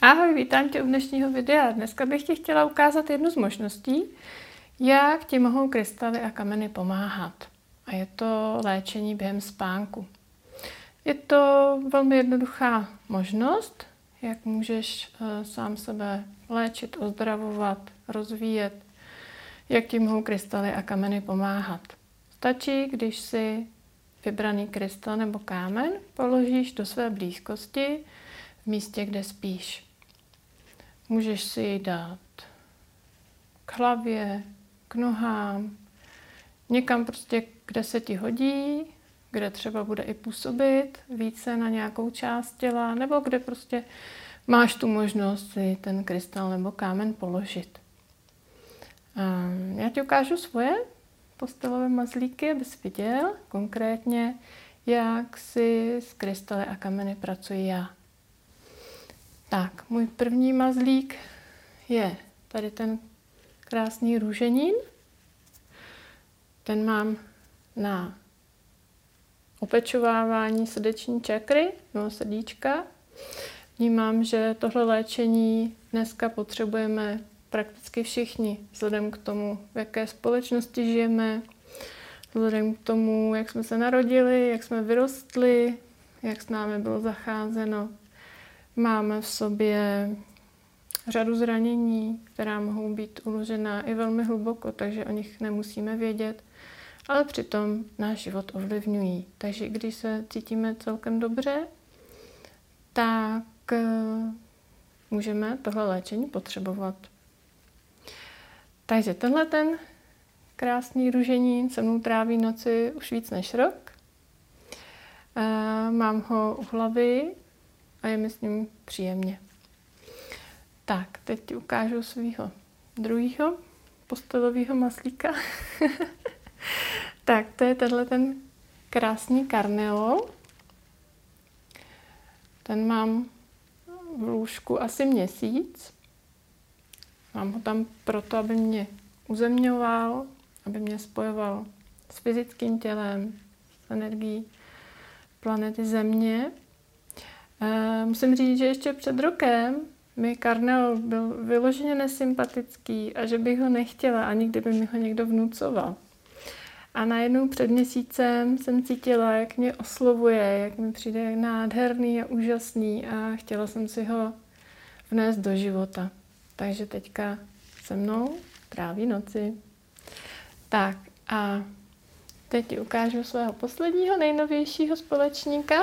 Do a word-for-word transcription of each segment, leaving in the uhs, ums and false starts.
Ahoj, vítám tě u dnešního videa. Dneska bych ti chtěla ukázat jednu z možností, jak ti mohou krystaly a kameny pomáhat. A je to léčení během spánku. Je to velmi jednoduchá možnost, jak můžeš sám sebe léčit, ozdravovat, rozvíjet, jak ti mohou krystaly a kameny pomáhat. Stačí, když si vybraný krystal nebo kámen položíš do své blízkosti v místě, kde spíš. Můžeš si ji dát k hlavě, k nohám, někam prostě, kde se ti hodí, kde třeba bude i působit více na nějakou část těla, nebo kde prostě máš tu možnost si ten krystal nebo kámen položit. Já ti ukážu svoje postelové mazlíky, abys viděl konkrétně, jak si s krystaly a kameny pracuji já. Tak, můj první mazlík je tady ten krásný růženín. Ten mám na opečovávání srdeční čakry, no srdíčka. Vnímám, že tohle léčení dneska potřebujeme prakticky všichni, vzhledem k tomu, v jaké společnosti žijeme, vzhledem k tomu, jak jsme se narodili, jak jsme vyrostli, jak s námi bylo zacházeno. Máme v sobě řadu zranění, která mohou být uložená i velmi hluboko, takže o nich nemusíme vědět, ale přitom náš život ovlivňují. Takže když se cítíme celkem dobře, tak můžeme tohle léčení potřebovat. Takže tenhle ten krásný růženín se mnou tráví noci už víc než rok. Mám ho u hlavy a je mi s ním příjemně. Tak, teď ti ukážu svého druhého postelového maslíka. Tak, to je tenhle ten krásný karneol. Ten mám v lůžku asi měsíc. Mám ho tam proto, aby mě uzemňoval, aby mě spojoval s fyzickým tělem, s energií planety Země. E, musím říct, že ještě před rokem mi karneol byl vyloženě nesympatický a že bych ho nechtěla, ani kdyby mi ho někdo vnucoval. A najednou před měsícem jsem cítila, jak mě oslovuje, jak mi přijde nádherný a úžasný a chtěla jsem si ho vnést do života. Takže teďka se mnou tráví noci. Tak a teď ti ukážu svého posledního, nejnovějšího společníka.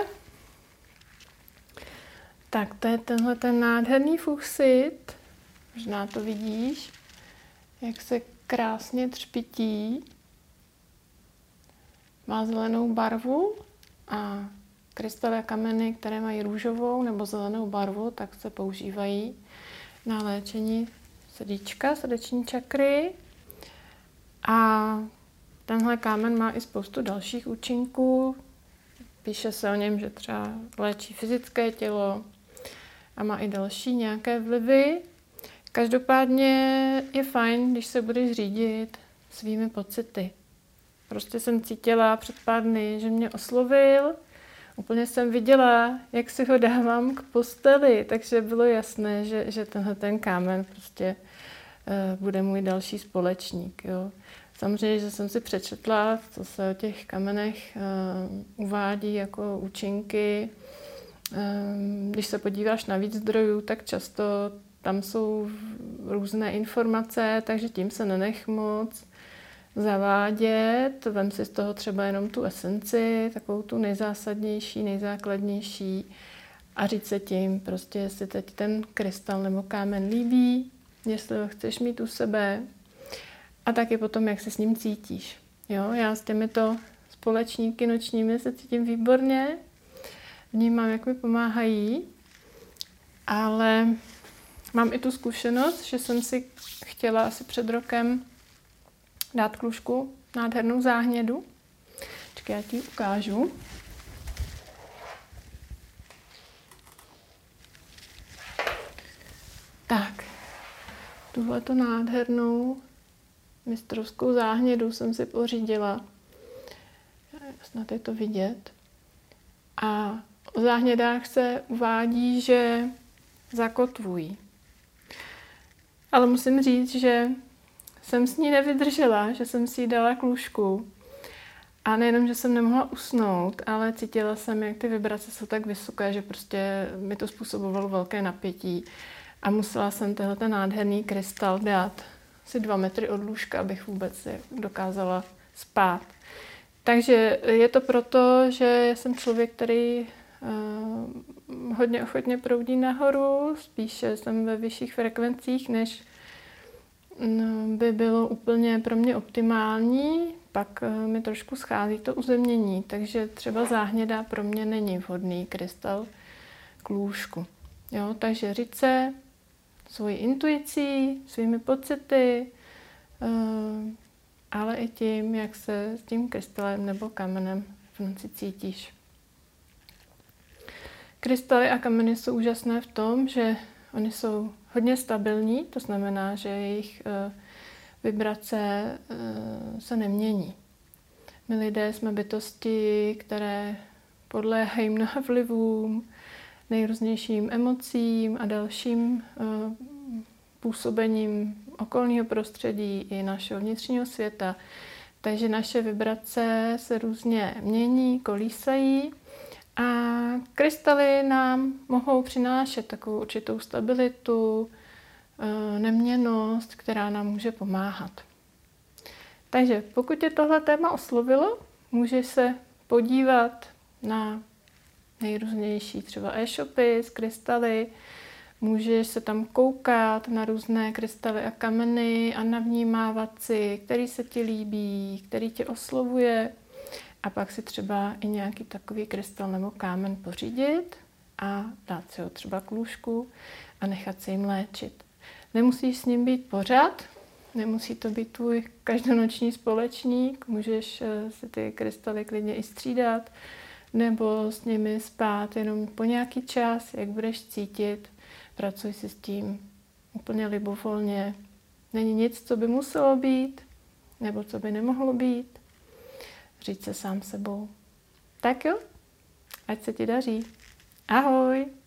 Tak to je tenhle ten nádherný fuchsit. Možná to vidíš, jak se krásně třpytí. Má zelenou barvu a krystaly a kameny, které mají růžovou nebo zelenou barvu, tak se používají na léčení srdíčka, srdeční čakry. A tenhle kámen má i spoustu dalších účinků. Píše se o něm, že třeba léčí fyzické tělo a má i další nějaké vlivy. Každopádně je fajn, když se budeš řídit svými pocity. Prostě jsem cítila před pár dny, že mě oslovil. Úplně jsem viděla, jak si ho dávám k posteli, takže bylo jasné, že, že tenhle ten kámen prostě uh, bude můj další společník. Jo. Samozřejmě, že jsem si přečetla, co se o těch kamenech uh, uvádí jako účinky. Um, když se podíváš na víc zdrojů, tak často tam jsou různé informace, takže tím se nenech moc zavádět. Vem si z toho třeba jenom tu esenci, takovou tu nejzásadnější, nejzákladnější a říct se tím prostě, jestli teď ten krystal nebo kámen líbí, jestli ho chceš mít u sebe a taky potom, jak se s ním cítíš. Jo, já s těmito společníky nočními se cítím výborně, vnímám, jak mi pomáhají, ale mám i tu zkušenost, že jsem si chtěla asi před rokem dát k lůžku nádhernou záhnědu. Čekaj, já ti ji ukážu. Tak, tuhleto nádhernou mistrovskou záhnědu jsem si pořídila. Snad je to vidět. A o záhnědách se uvádí, že zakotvují. Ale musím říct, že jsem s ní nevydržela, že jsem si ji dala k lůžku. A nejenom, že jsem nemohla usnout, ale cítila jsem, jak ty vibrace jsou tak vysoké, že prostě mi to způsobovalo velké napětí. A musela jsem tenhle ten nádherný krystal dát asi dva metry od lůžka, abych vůbec dokázala spát. Takže je to proto, že jsem člověk, který uh, hodně ochotně proudí nahoru, spíše jsem ve vyšších frekvencích, než uh, by bylo úplně pro mě optimální. Pak uh, mi trošku schází to uzemnění, takže třeba záhněda pro mě není vhodný krystal k lůžku. Jo, takže říce svojí intuicí, svými pocity, uh, ale i tím, jak se s tím krystalem nebo kamenem v noci cítíš. Krystaly a kameny jsou úžasné v tom, že oni jsou hodně stabilní, to znamená, že jejich uh, vibrace uh, se nemění. My lidé jsme bytosti, které podléhají mnoha vlivům, nejrůznějším emocím a dalším uh, působením okolního prostředí i našeho vnitřního světa. Takže naše vibrace se různě mění, kolísají a krystaly nám mohou přinášet takovou určitou stabilitu, neměnnost, která nám může pomáhat. Takže pokud tě tohle téma oslovilo, můžeš se podívat na nejrůznější třeba e-shopy s krystaly, můžeš se tam koukat na různé krystaly a kameny a navnímávat si, který se ti líbí, který tě oslovuje a pak si třeba i nějaký takový krystal nebo kámen pořídit a dát si ho třeba k lůžku a nechat se jim léčit. Nemusíš s ním být pořád, nemusí to být tvůj každonoční společník, můžeš si ty krystaly klidně i střídat nebo s nimi spát jenom po nějaký čas, jak budeš cítit. Pracuj si s tím úplně libovolně. Není nic, co by muselo být, nebo co by nemohlo být. Říct se sám sebou. Tak jo, ať se ti daří. Ahoj!